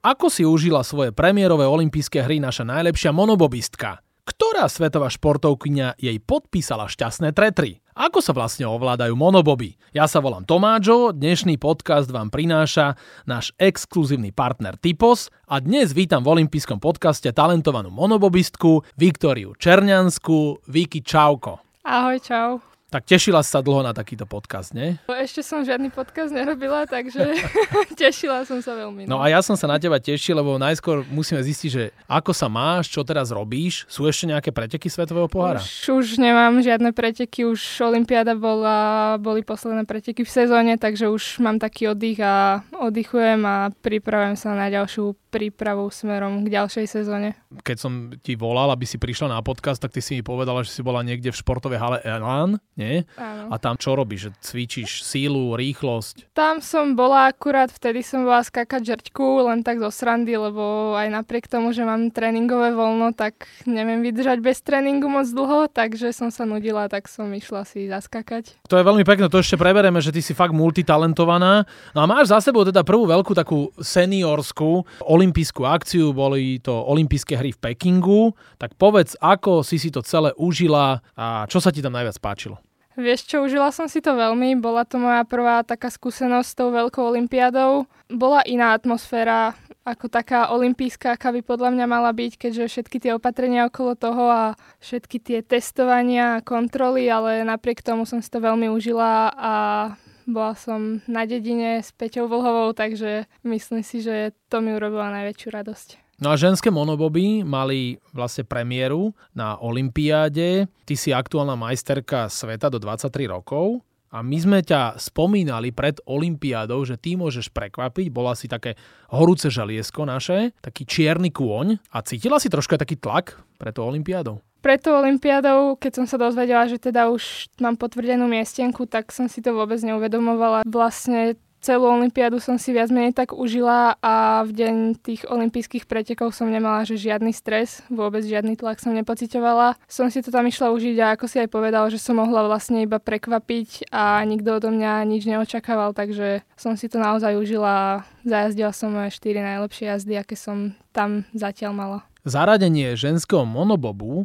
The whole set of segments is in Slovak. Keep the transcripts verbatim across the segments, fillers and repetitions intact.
Ako si užila svoje premiérové olympijské hry naša najlepšia monobobistka? Ktorá svetová športovkyňa jej podpísala šťastné tretry? Ako sa vlastne ovládajú monoboby? Ja sa volám Tomáčo, dnešný podcast vám prináša náš exkluzívny partner Typos a dnes vítam v olympijskom podcaste talentovanú monobobistku Viktóriu Černiansku. Viki, čauko. Ahoj, čau. Tak tešila sa dlho na takýto podcast, nie? Ešte som žiadny podcast nerobila, takže tešila som sa veľmi. No. no a ja som sa na teba tešil, lebo najskôr musíme zistiť, že ako sa máš, čo teraz robíš. Sú ešte nejaké preteky svetového pohára? Už, už nemám žiadne preteky, už olympiáda bola, boli posledné preteky v sezóne, takže už mám taký oddych a oddychujem a pripravujem sa na ďalšiu prípravu smerom k ďalšej sezóne. Keď som ti volal, aby si prišla na podcast, tak ty si mi povedala, že si bola niekde v športovej hale Elan, nie? Áno. A tam čo robíš? Že cvičíš sílu, rýchlosť? Tam som bola akurát, vtedy som bola skákať žrťku, len tak zo srandy, lebo aj napriek tomu, že mám tréningové voľno, tak neviem vydržať bez tréningu moc dlho, takže som sa nudila, tak som išla si zaskakať. To je veľmi pekné, to ešte prebereme, že ty si fakt multitalentovaná. No a máš za sebou teda prvú veľkú takú seniorskú olympijskú akciu, boli to olympijské hry v Pekingu. Tak povedz, ako si si to celé užila a čo sa ti tam najviac páčilo? Vieš čo, užila som si to veľmi, bola to moja prvá taká skúsenosť s tou veľkou olympiádou. Bola iná atmosféra, ako taká olympijská, aká by podľa mňa mala byť, keďže všetky tie opatrenia okolo toho a všetky tie testovania a kontroly, ale napriek tomu som si to veľmi užila a bola som na dedine s Peťou Vlhovou, takže myslím si, že to mi urobilo najväčšiu radosť. No a ženské monoboby mali vlastne premiéru na olympiáde. Ty si aktuálna majsterka sveta do dvadsaťtri rokov a my sme ťa spomínali pred olympiádou, že ty môžeš prekvapiť. Bola si také horúce želiesko naše, taký čierny kôň a cítila si trošku taký tlak pred tou olympiádou? Pred tou olympiádou, keď som sa dozvedela, že teda už mám potvrdenú miestenku, tak som si to vôbec neuvedomovala. Vlastne celú olympiádu som si viac menej tak užila a v deň tých olympijských pretekov som nemala že žiadny stres, vôbec žiadny tlak som nepociťovala. Som si to tam išla užiť a ako si aj povedal, že som mohla vlastne iba prekvapiť a nikto odo mňa nič neočakával, takže som si to naozaj užila a zajazdila som moje štyri najlepšie jazdy, aké som tam zatiaľ mala. Zaradenie ženského monobobu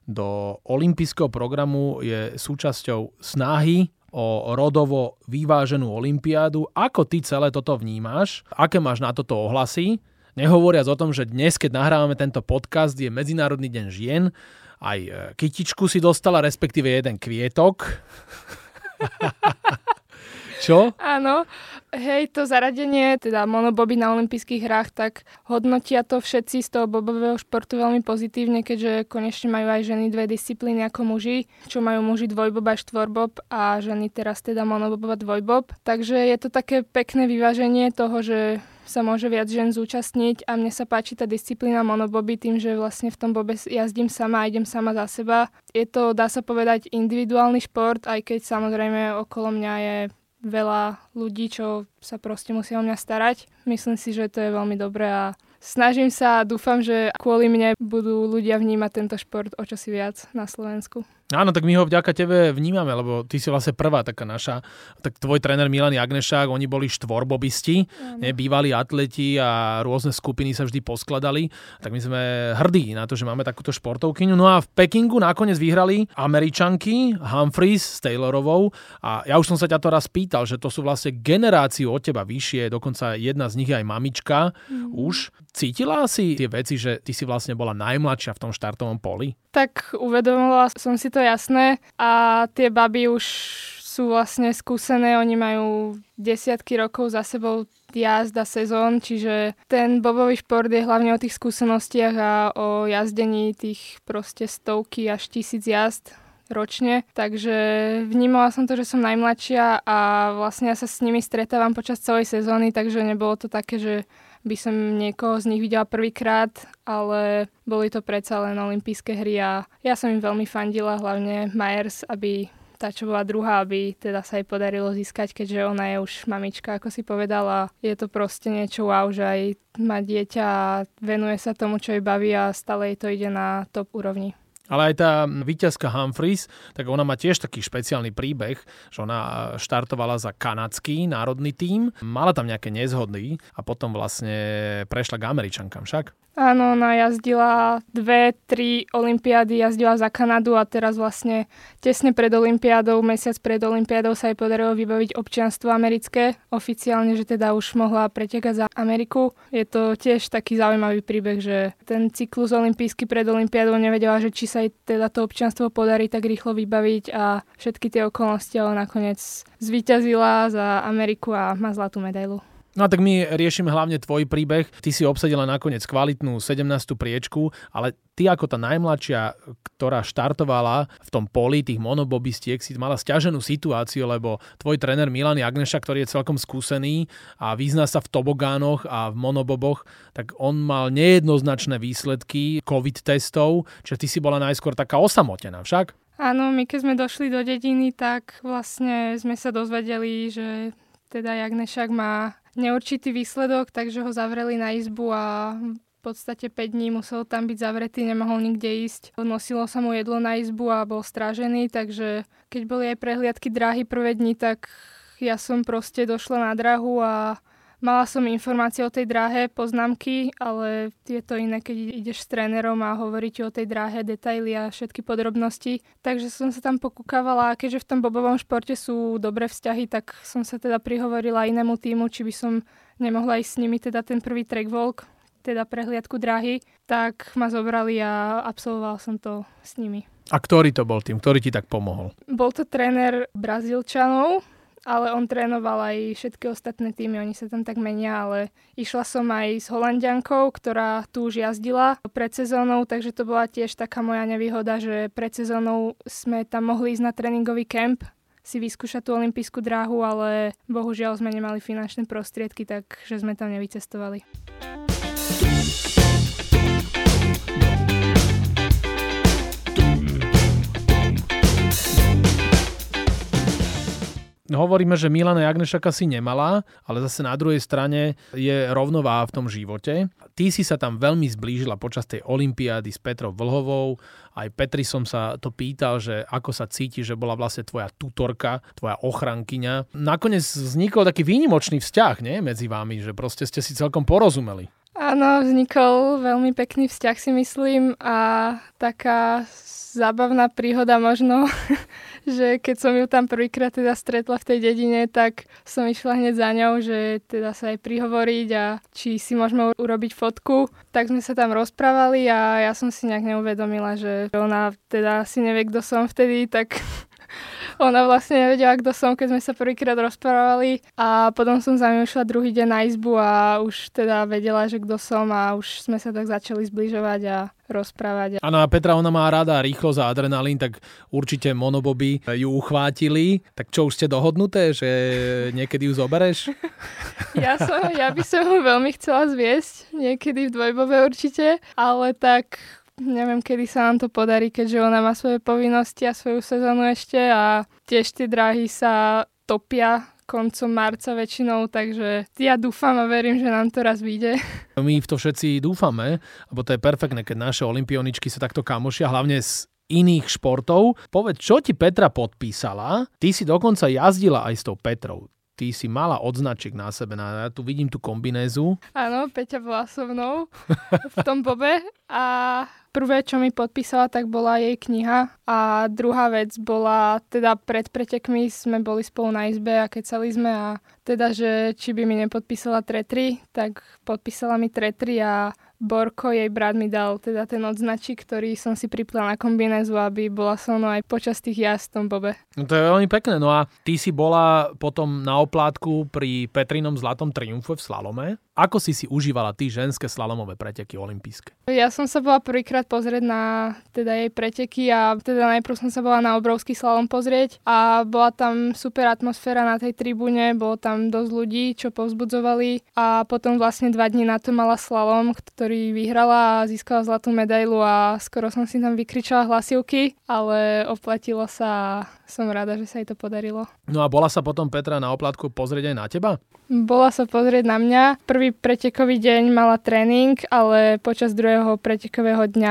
do olympijského programu je súčasťou snahy o rodovo vyváženú olympiádu. Ako ty celé toto vnímáš? Aké máš na toto ohlasy? Nehovoriac o tom, že dnes, keď nahrávame tento podcast, je Medzinárodný deň žien. Aj kytičku si dostala, respektíve jeden kvietok. Čo? Áno, hej, to zaradenie, teda monoboby na olympijských hrách, tak hodnotia to všetci z toho bobového športu veľmi pozitívne, keďže konečne majú aj ženy dve disciplíny ako muži, čo majú muži dvojbob a štvorbob a ženy teraz teda monobob a dvojbob. Takže je to také pekné vyváženie toho, že sa môže viac žen zúčastniť a mne sa páči tá disciplína monoboby tým, že vlastne v tom bobe jazdím sama a idem sama za seba. Je to, dá sa povedať, individuálny šport, aj keď samozrejme okolo mňa je veľa ľudí, čo sa proste musia o mňa starať. Myslím si, že to je veľmi dobré a snažím sa a dúfam, že kvôli mne budú ľudia vnímať tento šport o čosi viac na Slovensku. Áno, tak my ho vďaka tebe vnímame, lebo ty si vlastne prvá taká naša, tak tvoj tréner Milan Jagnešák, oni boli štvorbobisti, ne, bývalí atleti a rôzne skupiny sa vždy poskladali, tak my sme hrdí na to, že máme takúto športovkyňu. No a v Pekingu nakoniec vyhrali Američanky Humphries s Taylorovou a ja už som sa ťa to raz pýtal, že to sú vlastne generáciu od teba vyššie, dokonca jedna z nich je aj mamička mm. už. Cítila si tie veci, že ty si vlastne bola najmladšia v tom štartovom poli? Tak uvedomila som si to jasné a tie baby už sú vlastne skúsené, oni majú desiatky rokov za sebou jazd a sezón, čiže ten bobový šport je hlavne o tých skúsenostiach a o jazdení tých proste stovky až tisíc jazd ročne, takže vnímala som to, že som najmladšia a vlastne ja sa s nimi stretávam počas celej sezóny, takže nebolo to také, že by som niekoho z nich videla prvýkrát, ale boli to predsa len olympijské hry a ja som im veľmi fandila, hlavne Myers, aby tá, čo bola druhá, aby teda sa jej podarilo získať, keďže ona je už mamička, ako si povedala. Je to proste niečo wow, že aj má dieťa a venuje sa tomu, čo jej baví a stále jej to ide na top úrovni. Ale aj tá víťazka Humphries, tak ona má tiež taký špeciálny príbeh, že ona štartovala za kanadský národný tím, mala tam nejaké nezhody a potom vlastne prešla k Američankám však. Áno, ona jazdila dve, tri olympiády, jazdila za Kanadu a teraz vlastne tesne pred olympiádou, mesiac pred olympiádou sa jej podarilo vybaviť občianstvo americké. Oficiálne, že teda už mohla pretekať za Ameriku. Je to tiež taký zaujímavý príbeh, že ten cyklus olympijský pred olympiádou nevedela, že či sa jej teda to občianstvo podarí tak rýchlo vybaviť a všetky tie okolnosti, ale nakoniec zvíťazila za Ameriku a má zlatú medailu. No a tak my riešime hlavne tvoj príbeh. Ty si obsadila nakoniec kvalitnú sedemnástu priečku, ale ty ako tá najmladšia, ktorá štartovala v tom poli tých monobobistiek, si mala sťaženú situáciu, lebo tvoj tréner Milan Jagneša, ktorý je celkom skúsený a vyzná sa v tobogánoch a v monoboboch, tak on mal nejednoznačné výsledky COVID testov, čiže ty si bola najskôr taká osamotená však? Áno, my keď sme došli do dediny, tak vlastne sme sa dozvedeli, že teda Jagnešák má neurčitý výsledok, takže ho zavreli na izbu a v podstate päť dní musel tam byť zavretý, nemohol nikde ísť. Nosilo sa mu jedlo na izbu a bol strážený, takže keď boli aj prehliadky dráhy prvé dni, tak ja som proste došla na dráhu a mala som informácie o tej dráhe, poznámky, ale je to iné, keď ideš s trénerom a hovoríte o tej dráhe, detaily a všetky podrobnosti. Takže som sa tam pokúkavala a keďže v tom bobovom športe sú dobré vzťahy, tak som sa teda prihovorila inému tímu, či by som nemohla ísť s nimi teda ten prvý track walk, teda prehliadku dráhy, tak ma zobrali a absolvovala som to s nimi. A ktorý to bol tým? Ktorý ti tak pomohol? Bol to tréner Brazílčanov, ale on trénoval aj všetky ostatné týmy, oni sa tam tak menia, ale išla som aj s Holanďankou, ktorá tu už jazdila pred sezónou, takže to bola tiež taká moja nevýhoda, že pred sezónou sme tam mohli ísť na tréningový kemp, si vyskúšať tú olympijskú dráhu, ale bohužiaľ sme nemali finančné prostriedky, takže sme tam nevycestovali. Hovoríme, že Milana Jagnešaka si nemala, ale zase na druhej strane je rovnováha v tom živote. Ty si sa tam veľmi zblížila počas tej olympiády s Petrou Vlhovou. Aj Petri som sa to pýtal, že ako sa cíti, že bola vlastne tvoja tutorka, tvoja ochrankyňa. Nakoniec vznikol taký výnimočný vzťah, nie, medzi vami, že proste ste si celkom porozumeli. Áno, vznikol veľmi pekný vzťah, si myslím, a taká zábavná príhoda možno, že keď som ju tam prvýkrát teda stretla v tej dedine, tak som išla hneď za ňou, že teda sa jej prihovoriť a či si môžeme urobiť fotku. Tak sme sa tam rozprávali a ja som si nejak neuvedomila, že ona teda si nevie, kto som vtedy, tak ona vlastne nevedela, kto som, keď sme sa prvýkrát rozprávali a potom som za ňou išla druhý deň na izbu a už teda vedela, že kto som a už sme sa tak začali zbližovať a rozprávať. Áno, a Petra, ona má rada rýchlosť a adrenalín, tak určite monoboby ju uchvátili. Tak čo, už ste dohodnuté, že niekedy ju zobereš? Ja, som, ja by som ju veľmi chcela zviesť, niekedy v dvojbobe určite, ale tak neviem, kedy sa nám to podarí, keďže ona má svoje povinnosti a svoju sezónu ešte a tiež tie dráhy sa topia koncom marca väčšinou, takže ja dúfam a verím, že nám to raz vyjde. My v to všetci dúfame, lebo to je perfektné, keď naše olympioničky sa takto kamošia, hlavne z iných športov. Povedz, čo ti Petra podpísala? Ty si dokonca jazdila aj s tou Petrou. Ty si mala odznačik na sebe. Ja tu vidím tú kombinézu. Áno, Peťa bola so mnou v tom bobe a prvé, čo mi podpísala, tak bola jej kniha a druhá vec bola, teda pred pretekmi sme boli spolu na izbe a kecali sme a teda, že či by mi nepodpísala tretry, tak podpísala mi tretry a Borko, jej brat, mi dal teda ten odznačík, ktorý som si pripla na kombinézu, aby bola so mnou aj počas tých jazd v tom bobe. No to je veľmi pekné. No a ty si bola potom na oplátku pri Petrinom zlatom triumfe v slalome. Ako si si užívala ty ženské slalomové preteky olympijské? Ja som sa bola prvýkrát pozrieť na teda jej preteky a teda najprv som sa bola na obrovský slalom pozrieť a bola tam super atmosféra na tej tribúne, bolo tam dosť ľudí, čo povzbudzovali a potom vlastne dva dni na to mala slalom, ktorý vyhrala a získala zlatú medailu a skoro som si tam vykričala hlasivky, ale oplatilo sa a som rada, že sa jej to podarilo. No a bola sa potom Petra na oplátku pozrieť aj na teba? Bola sa pozrieť na mňa. Prvý pretekový deň mala tréning, ale počas druhého pretekového dňa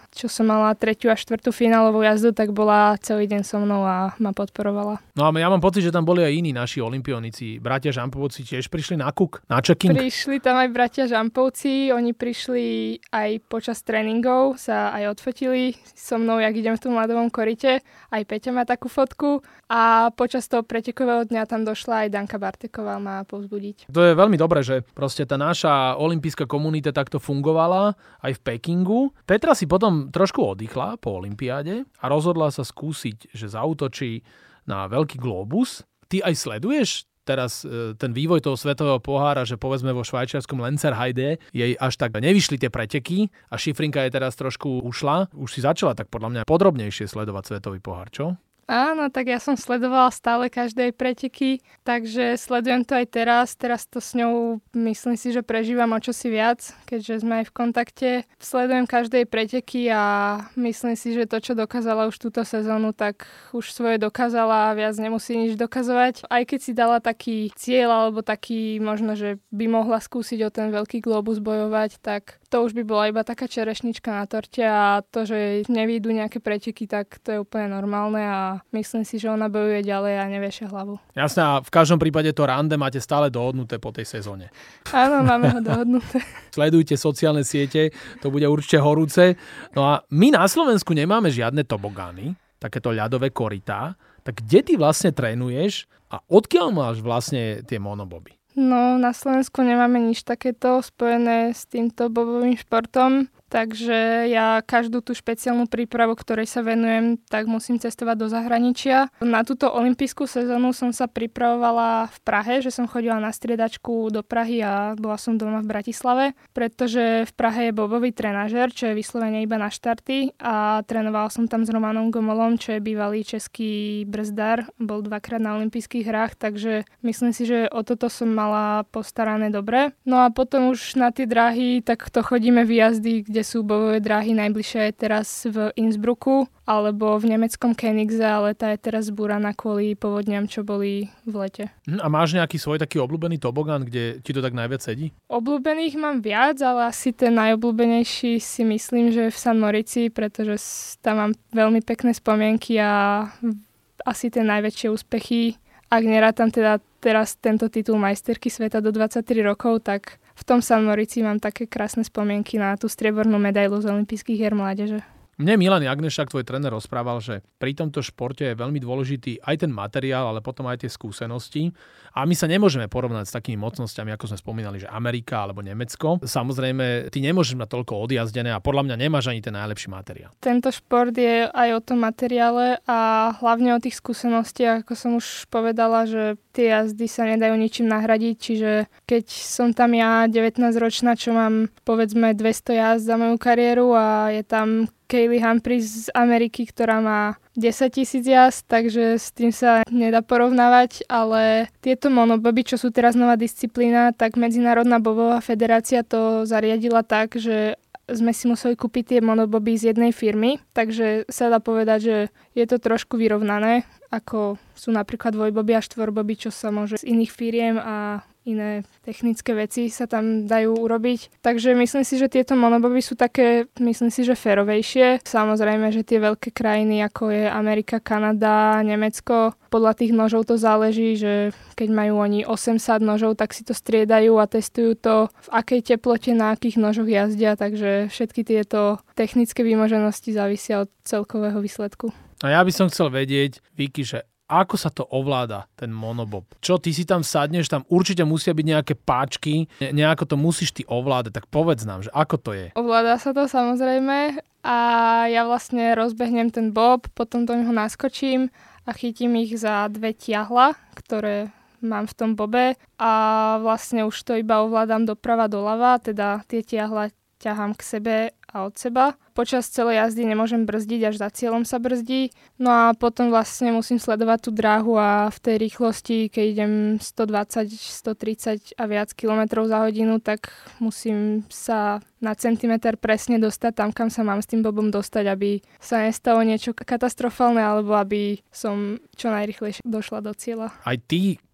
čo som mala tretiu a štvrtú finálovú jazdu, tak bola celý deň so mnou a ma podporovala. No a ja mám pocit, že tam boli aj iní naši olympionici. Bratia Žampovci tiež prišli na kuk, na checking? Prišli tam aj bratia Žampovci, oni prišli aj počas tréningov, sa aj odfotili so mnou, jak idem v tom ľadovom korite. Aj Peťa má takú fotku a počas toho pretekového dňa tam došla aj Danka Barteková ma povzbudiť. To je veľmi dobré, že proste tá naša olympijská komunita takto fungovala aj v Pekingu. Petra si potom trošku oddychla po olympiáde a rozhodla sa skúsiť, že zaútočí na veľký globus. Ty aj sleduješ teraz ten vývoj toho svetového pohára, že povedzme vo švajčiarskom Lenzerheide jej až tak nevyšli tie preteky a Šifrinka je teraz trošku ušla. Už si začala tak podľa mňa podrobnejšie sledovať svetový pohár, čo? Áno, tak ja som sledovala stále každej preteky, takže sledujem to aj teraz. Teraz to s ňou myslím si, že prežívam o čosi viac, keďže sme aj v kontakte. Sledujem každej preteky a myslím si, že to, čo dokázala už túto sezónu, tak už svoje dokázala a viac nemusí nič dokazovať. Aj keď si dala taký cieľ alebo taký možno, že by mohla skúsiť o ten veľký globus bojovať, tak to už by bola iba taká čerešnička na torte a to, že nevídu nejaké preteky, tak to je úplne normálne a myslím si, že ona bojuje ďalej a nevieša hlavu. Jasné, a v každom prípade to rande máte stále dohodnuté po tej sezóne. Áno, máme ho dohodnuté. Sledujte sociálne siete, to bude určite horúce. No a my na Slovensku nemáme žiadne tobogány, takéto ľadové korytá. Tak kde ty vlastne trénuješ a odkiaľ máš vlastne tie monoboby? No, na Slovensku nemáme nič takéto spojené s týmto bobovým športom, takže ja každú tú špeciálnu prípravu, ktorej sa venujem, tak musím cestovať do zahraničia. Na túto olympijskú sezónu som sa pripravovala v Prahe, že som chodila na striedačku do Prahy a bola som doma v Bratislave, pretože v Prahe je bobový trenažér, čo je vyslovene iba na štarty a trénovala som tam s Romanom Gomolom, čo je bývalý český brzdár, bol dvakrát na olympijských hrách, takže myslím si, že o toto som mala postarané dobre. No a potom už na tie dráhy, tak to chodíme výjazdy, kde sú bojové dráhy. Najbližšia je teraz v Innsbrucku alebo v nemeckom Koenigsee, ale tá je teraz zbúraná kvôli povodňam, čo boli v lete. A máš nejaký svoj taký obľúbený tobogán, kde ti to tak najviac sedí? Obľúbených mám viac, ale asi ten najobľúbenejší si myslím, že je v San Morici, pretože tam mám veľmi pekné spomienky a asi tie najväčšie úspechy. Ak nerátam teda teraz tento titul majsterky sveta do dvadsaťtri rokov, tak v tom San Morici mám také krásne spomienky na tú striebornú medailu z olympijských hier mládeže. Mne Milan Jagnešák, tvoj tréner, rozprával, že pri tomto športe je veľmi dôležitý aj ten materiál, ale potom aj tie skúsenosti. A my sa nemôžeme porovnať s takými mocnosťami, ako sme spomínali, že Amerika alebo Nemecko. Samozrejme, ty nemôžeš mať toľko odjazdené a podľa mňa nemáš ani ten najlepší materiál. Tento šport je aj o tom materiále a hlavne o tých skúsenostiach, ako som už povedala, že tie jazdy sa nedajú ničím nahradiť, čiže keď som tam ja devätnásťročná, čo mám povedzme dvesto jazd za moju kariéru a je tam Kaylee Humphries z Ameriky, ktorá má desaťtisíc jazd, takže s tým sa nedá porovnávať, ale tieto monoboby, čo sú teraz nová disciplína, tak Medzinárodná bobová federácia to zariadila tak, že sme si museli kúpiť tie monoboby z jednej firmy, takže sa dá povedať, že je to trošku vyrovnané, ako sú napríklad dvojboby a štvorboby, čo sa môže z iných firiem a iné technické veci sa tam dajú urobiť. Takže myslím si, že tieto monoboby sú také, myslím si, že férovejšie. Samozrejme, že tie veľké krajiny, ako je Amerika, Kanada, Nemecko, podľa tých nožov to záleží, že keď majú oni osem sád nožov, tak si to striedajú a testujú to, v akej teplote, na akých nožoch jazdia, takže všetky tieto technické vymoženosti závisia od celkového výsledku. A ja by som chcel vedieť, Viki, že ako sa to ovláda, ten monobob? Čo, ty si tam sadneš, tam určite musia byť nejaké páčky, ne- nejako to musíš ty ovládať, tak povedz nám, že ako to je? Ovláda sa to samozrejme a ja vlastne rozbehnem ten bob, potom do neho naskočím a chytím ich za dve tiahla, ktoré mám v tom bobe a vlastne už to iba ovládam doprava doľava, teda tie tiahla ťahám k sebe a od seba. Počas celej jazdy nemôžem brzdiť, až za cieľom sa brzdí. No a potom vlastne musím sledovať tú dráhu a v tej rýchlosti, keď idem stodvadsať, stotridsať a viac kilometrov za hodinu, tak musím sa na centimeter presne dostať tam, kam sa mám s tým bobom dostať, aby sa nestalo niečo katastrofálne alebo aby som čo najrýchlejšie došla do cieľa. Aj ty, keď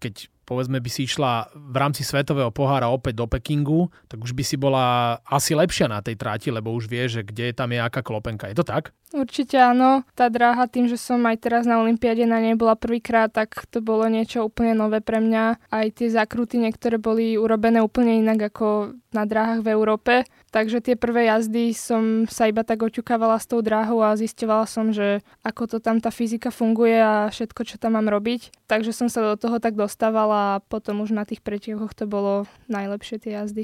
povedzme by si išla v rámci svetového pohára opäť do Pekingu, tak už by si bola asi lepšia na tej tráti, lebo už vieš, že kde tam je aká klopenka. Je to tak? Určite áno. Tá dráha, tým, že som aj teraz na olympiáde na nej bola prvýkrát, tak to bolo niečo úplne nové pre mňa. Aj tie zakruty niektoré boli urobené úplne inak ako na dráhach v Európe. Takže tie prvé jazdy som sa iba tak oťukávala s tou dráhou a zisťovala som, že ako to tam tá fyzika funguje a všetko, čo tam mám robiť. Takže som sa do toho tak dostávala a potom už na tých pretekoch to bolo najlepšie tie jazdy.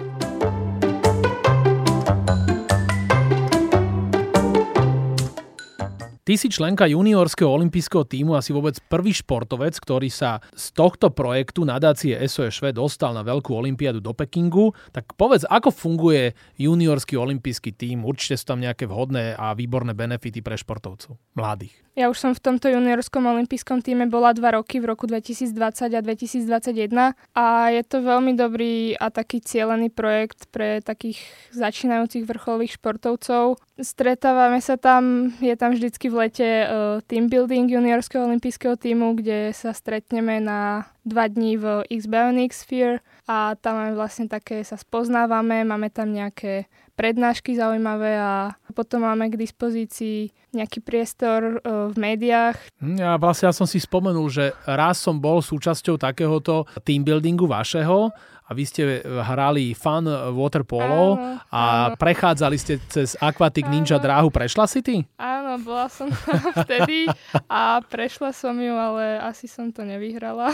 Ty si členka juniorského olympijského tímu, asi vôbec prvý športovec, ktorý sa z tohto projektu nadácie es o es vé dostal na veľkú olympiádu do Pekingu. Tak povedz, ako funguje juniorský olympijský tím? Určite sú tam nejaké vhodné a výborné benefity pre športovcov mladých. Ja už som v tomto juniorskom olympijskom tíme bola dva roky, v roku dvetisícdvadsať a dvetisícdvadsaťjeden a je to veľmi dobrý a taký cielený projekt pre takých začínajúcich vrcholových športovcov. Stretávame sa tam, je tam vždycky v lete uh, team building juniorského olympijského tímu, kde sa stretneme na dva dní v X-Bionics Sphere a tam máme vlastne také, sa spoznávame, máme tam nejaké prednášky zaujímavé a potom máme k dispozícii nejaký priestor uh, v médiách. Ja vlastne ja som si spomenul, že raz som bol súčasťou takéhoto team buildingu vašeho a vy ste hrali fun water polo áno, a áno. Prechádzali ste cez Aquatic Ninja áno. dráhu. Prešla si ty? Áno, bola som vtedy a prešla som ju, ale asi som to nevyhrala.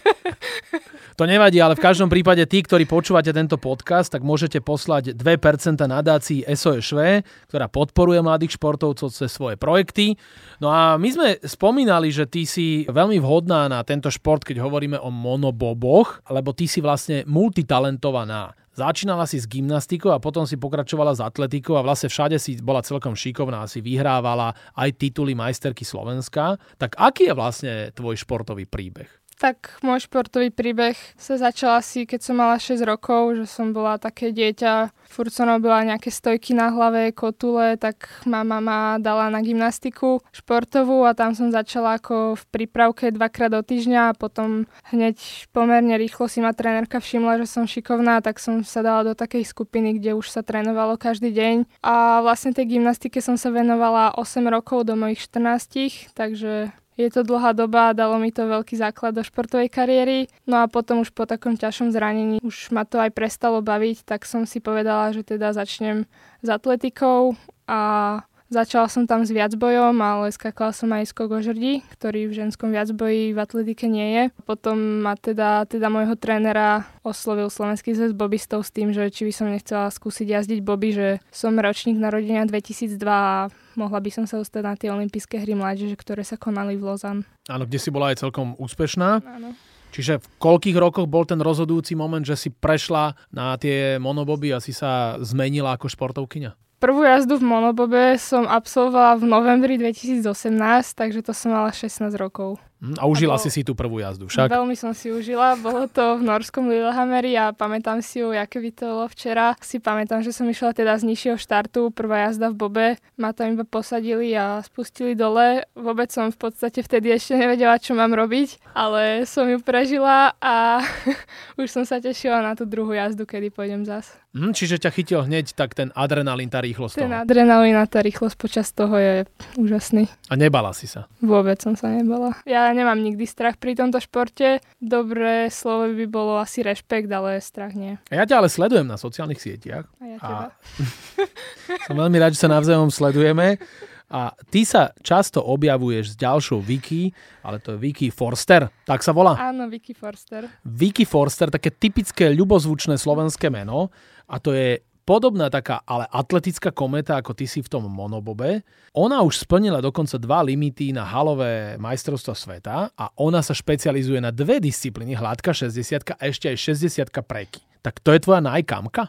To nevadí, ale v každom prípade tí, ktorí počúvate tento podcast, tak môžete poslať dve percentá nadácii es o es vé, ktorá podporuje mladých športovcov cez svoje projekty. No a my sme spomínali, že ty si veľmi vhodná na tento šport, keď hovoríme o monoboboch, lebo ty si vlastne multitalentovaná. Začínala si s gymnastikou a potom si pokračovala s atletikou a vlastne všade si bola celkom šikovná, si vyhrávala aj tituly majsterky Slovenska. Tak aký je vlastne tvoj športový príbeh? Tak môj športový príbeh sa začal asi, keď som mala šesť rokov, že som bola také dieťa, furt som robila nejaké stojky na hlave, kotule, tak mama ma dala na gymnastiku športovú a tam som začala ako v prípravke dvakrát do týždňa a potom hneď pomerne rýchlo si ma trénerka všimla, že som šikovná, tak som sa dala do takej skupiny, kde už sa trénovalo každý deň a vlastne tej gymnastike som sa venovala osem rokov do mojich štrnástich, takže je to dlhá doba a dalo mi to veľký základ do športovej kariéry. No a potom už po takom ťažšom zranení už ma to aj prestalo baviť, tak som si povedala, že teda začnem s atletikou a začala som tam s viacbojom, ale skakala som aj skok o žrdi, ktorý v ženskom viacboji v atletike nie je. Potom ma teda, teda môjho trénera oslovil Slovenský zväz bobistov s tým, že či by som nechcela skúsiť jazdiť boby, že som ročník narodenia dvetisícdva a mohla by som sa dostať na tie olympijské hry mládeže, ktoré sa konali v Lausanne. Áno, kde si bola aj celkom úspešná. Áno. Čiže v koľkých rokoch bol ten rozhodujúci moment, že si prešla na tie monoboby a si sa zmenila ako športovkyňa? Prvú jazdu v monobobe som absolvovala v novembri dvetisícosemnásť, takže to som mala šestnásť rokov. A užila a bol... si si tú prvú jazdu však? Veľmi som si užila, bolo to v norskom Lillehammeri a pamätám si ju, aké by to bolo včera. Si pamätám, že som išla teda z nižšieho štartu, prvá jazda v bobe, ma tam iba posadili a spustili dole. Vôbec som v podstate vtedy ešte nevedela, čo mám robiť, ale som ju prežila a už som sa tešila na tú druhú jazdu, kedy pôjdem zas. Hm, čiže ťa chytil hneď tak ten adrenalín, tá rýchlosť Ten toho. adrenalín a tá rýchlosť počas toho je úžasný. A nebala si sa? Vôbec som sa nebala. Ja nemám nikdy strach pri tomto športe. Dobré slovo by bolo asi rešpekt, ale strach nie. A ja ťa ale sledujem na sociálnych sieťach. A ja teba. A... som veľmi rád, že sa navzájom sledujeme. A ty sa často objavuješ s ďalšou Vicky, ale to je Vicky Forster, tak sa volá? Áno, Vicky Forster. Vicky Forster, také typické ľubozvučné slovenské meno a to je podobná taká, ale atletická kometa, ako ty si v tom monobobe. Ona už splnila dokonca dva limity na halové majstrovstvá sveta a ona sa špecializuje na dve disciplíny, hladká šesťdesiatka a ešte aj šesťdesiatka preky. Tak to je tvoja najkamka?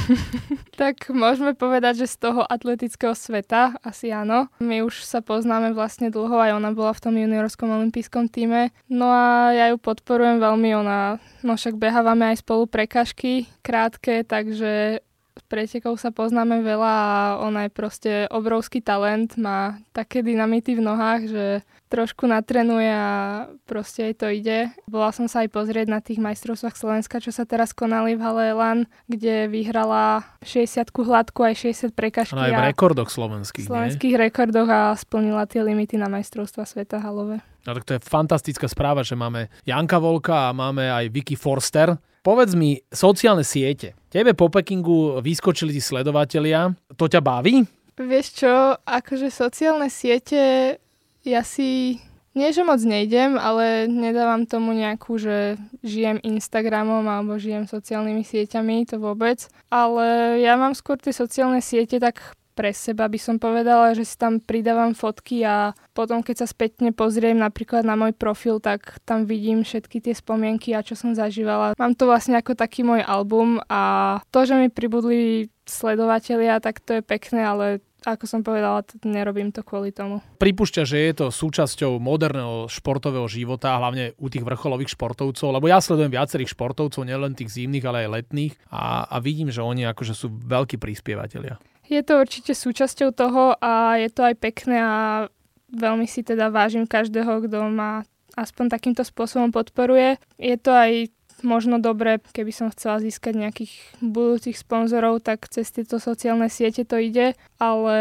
Tak môžeme povedať, že z toho atletického sveta asi áno. My už sa poznáme vlastne dlho, aj ona bola v tom juniorskom olympijskom tíme. No a ja ju podporujem veľmi, ona, no však behávame aj spolu prekažky krátke, takže pretekov sa poznáme veľa a ona je proste obrovský talent, má také dynamity v nohách, že trošku natrenuje a proste jej to ide. Bola som sa aj pozrieť na tých majstrovstvách Slovenska, čo sa teraz konali v hale Elan, kde vyhrala šesťdesiatku hladku aj šesťdesiat prekažky. Ona aj v rekordoch slovenských, slovenských nie? rekordoch a splnila tie limity na majstrovstvá sveta halové. No tak to je fantastická správa, že máme Janka Volka a máme aj Vicky Forster. Povedz mi, sociálne siete. Tebe po Pekingu vyskočili tí sledovatelia. To ťa baví? Vieš čo, akože sociálne siete, ja si nie, že moc nejdem, ale nedávam tomu nejakú, že žijem Instagramom alebo žijem sociálnymi sieťami, to vôbec. Ale ja mám skôr tie sociálne siete tak pre seba, by som povedala, že si tam pridávam fotky a potom, keď sa spätne pozriem napríklad na môj profil, tak tam vidím všetky tie spomienky a čo som zažívala. Mám to vlastne ako taký môj album a to, že mi pribudli sledovatelia, tak to je pekné, ale ako som povedala, nerobím to kvôli tomu. Pripúšťa, že je to súčasťou moderného športového života, hlavne u tých vrcholových športovcov, lebo ja sledujem viacerých športovcov, nielen tých zimných, ale aj letných a, a vidím, že oni akože sú veľkí prispievateľia. Je to určite súčasťou toho a je to aj pekné a veľmi si teda vážim každého, kto ma aspoň takýmto spôsobom podporuje. Je to aj možno dobre, keby som chcela získať nejakých budúcich sponzorov, tak cez tieto sociálne siete to ide, ale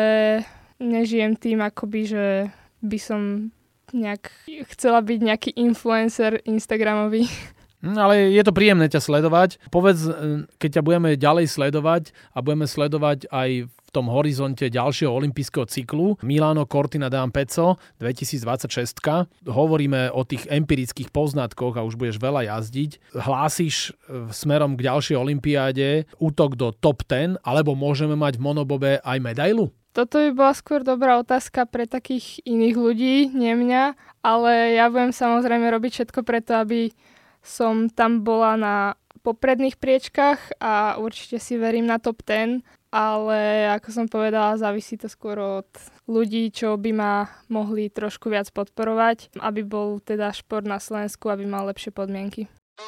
nežijem tým akoby, že by som nejak chcela byť nejaký influencer instagramový. Ale je to príjemné ťa sledovať. Povedz, keď ťa budeme ďalej sledovať a budeme sledovať aj v tom horizonte ďalšieho olympijského cyklu Milano Cortina d'Ampezzo dvetisícdvadsaťšesť. Hovoríme o tých empirických poznatkoch a už budeš veľa jazdiť. Hlásíš smerom k ďalšej olympiáde útok do top desať, alebo môžeme mať v monobobe aj medailu? Toto by bola skôr dobrá otázka pre takých iných ľudí, nie mňa, ale ja budem samozrejme robiť všetko preto, aby som tam bola na popredných priečkách a určite si verím na top desať, ale ako som povedala, závisí to skôr od ľudí, čo by ma mohli trošku viac podporovať, aby bol teda šport na Slovensku, aby mal lepšie podmienky.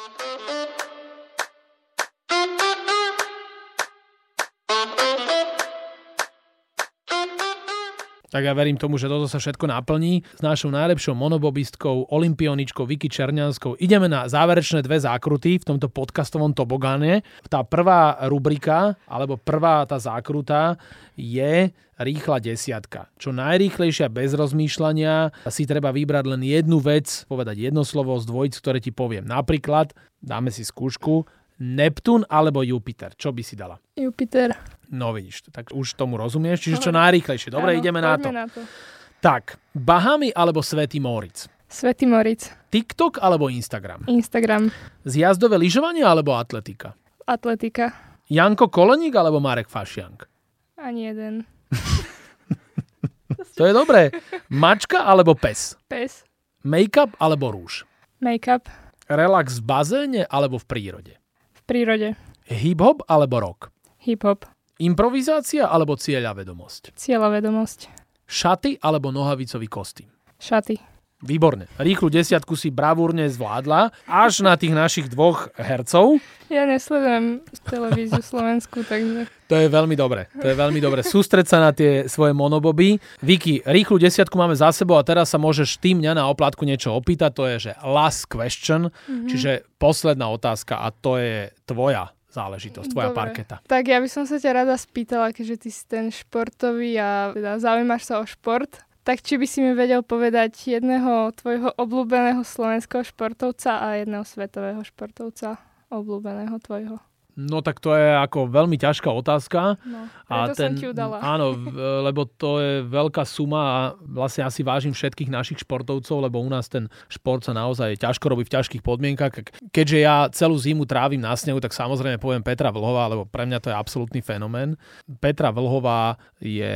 Tak ja verím tomu, že toto sa všetko naplní. S našou najlepšou monobobistkou, olympioničkou Vicky Černianskou ideme na záverečné dve zákruty v tomto podcastovom tobogáne. Tá prvá rubrika, alebo prvá tá zákruta je rýchla desiatka. Čo najrýchlejšia bez rozmýšľania si treba vybrať len jednu vec, povedať jedno slovo z dvojic, ktoré ti poviem. Napríklad, dáme si skúšku, Neptún alebo Jupiter. Čo by si dala? Jupiter. No vidíš, tak už tomu rozumieš, čiže čo najrýchlejšie. Dobre, Áno, ideme na to. na to. Tak, Bahamy alebo Svätý Moritz? Svätý Moritz. TikTok alebo Instagram? Instagram. Zjazdové lyžovanie alebo atletika? Atletika. Janko Koleník alebo Marek Fašiank? Ani jeden. To je dobré. Mačka alebo pes? Pes. Make-up alebo rúž? Make-up. Relax v bazéne alebo v prírode? V prírode. Hip-hop alebo rock? Hip-hop. Improvizácia alebo cieľa vedomosť? Cieľa vedomosť. Šaty alebo nohavicový kostým? Šaty. Výborne. Rýchlu desiatku si bravúrne zvládla až na tých našich dvoch hercov. Ja nesledujem televíziu Slovensku, takže... To je veľmi dobre. To je veľmi dobre. Sústreď sa na tie svoje monoboby. Vicky, rýchlu desiatku máme za sebou a teraz sa môžeš ty mňa na oplátku niečo opýtať. To je, že last question, mm-hmm. čiže posledná otázka a to je tvoja záležitosť, tvoja Dobre. Parketa. Tak ja by som sa ťa rada spýtala, keďže ty si ten športový a teda zaujímaš sa o šport, tak či by si mi vedel povedať jedného tvojho obľúbeného slovenského športovca a jedného svetového športovca obľúbeného tvojho? No tak to je ako veľmi ťažká otázka. No, a preto ten, som ti udala. Áno, lebo to je veľká suma a vlastne asi vážim všetkých našich športovcov, lebo u nás ten šport sa naozaj ťažko robí v ťažkých podmienkach. Keďže ja celú zimu trávim na snehu, tak samozrejme poviem Petra Vlhová, lebo pre mňa to je absolútny fenomén. Petra Vlhová je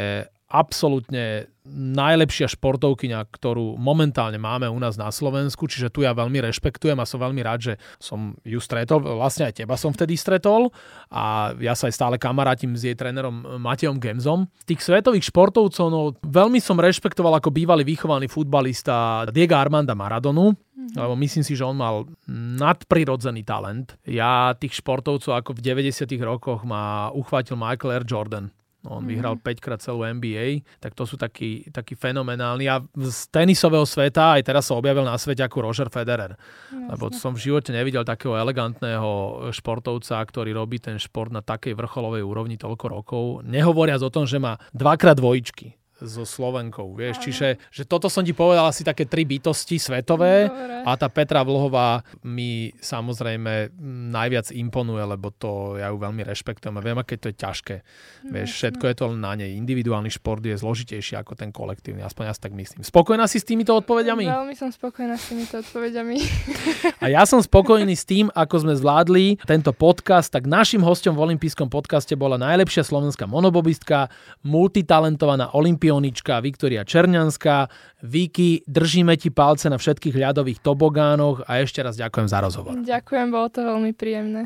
absolútne najlepšia športovkyňa, ktorú momentálne máme u nás na Slovensku, čiže tu ja veľmi rešpektujem a som veľmi rád, že som ju stretol, vlastne aj teba som vtedy stretol a ja sa aj stále kamarátim s jej trénerom Matejom Gemzom. Tých svetových športovcov, no veľmi som rešpektoval ako bývalý vychovaný futbalista Diego Armanda Maradonu, mm-hmm. lebo myslím si, že on mal nadprirodzený talent. Ja tých športovcov ako v deväťdesiatych rokoch ma uchvátil Michael Air Jordan. On mm-hmm. vyhral päťkrát celú N B A, tak to sú takí, takí fenomenálni. A z tenisového sveta aj teraz sa objavil na svete ako Roger Federer. Jasne. Lebo som v živote nevidel takého elegantného športovca, ktorý robí ten šport na takej vrcholovej úrovni toľko rokov. Nehovoriac o tom, že má dvakrát dvojičky so Slovenkou, vieš. Aj. Čiže že toto som ti povedal asi také tri bytosti svetové. Dobre. A tá Petra Vlhová mi samozrejme najviac imponuje, lebo to ja ju veľmi rešpektujem a viem, aké to je ťažké. No, vieš, všetko no. je to len na nej. Individuálny šport je zložitejší ako ten kolektívny, aspoň ja si tak myslím. Spokojná si s týmito odpovediami? Veľmi som spokojná s týmito odpovediami. A ja som spokojný s tým, ako sme zvládli tento podcast. Tak našim hosťom v olympijskom podcaste bola najlepšia slovenská monobobistka, multitalentovaná olympionička Viktória Černianská. Viki, držíme ti palce na všetkých ľadových tobogánoch a ešte raz ďakujem za rozhovor. Ďakujem, bolo to veľmi príjemné.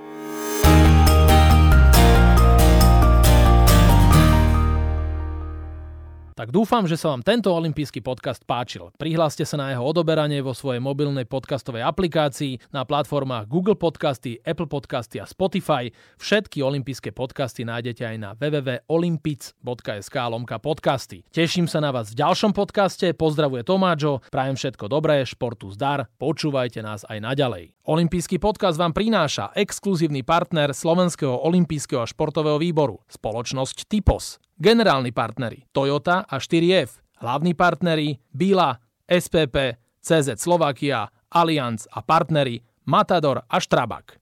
Tak dúfam, že sa vám tento olympijský podcast páčil. Prihláste sa na jeho odoberanie vo svojej mobilnej podcastovej aplikácii na platformách Google Podcasty, Apple Podcasty a Spotify. Všetky olympijské podcasty nájdete aj na w w w bodka olympic bodka es ká lomka podcasty. Teším sa na vás v ďalšom podcaste. Pozdravuje Tomáčo, prajem všetko dobré, športu zdar, počúvajte nás aj naďalej. Olympijský podcast vám prináša exkluzívny partner Slovenského olympijského a športového výboru, spoločnosť Typos. Generálni partneri Toyota a štyri ef, hlavní partneri Bila, es pé pé, cé zet Slovakia, Allianz a partneri Matador a Strabag.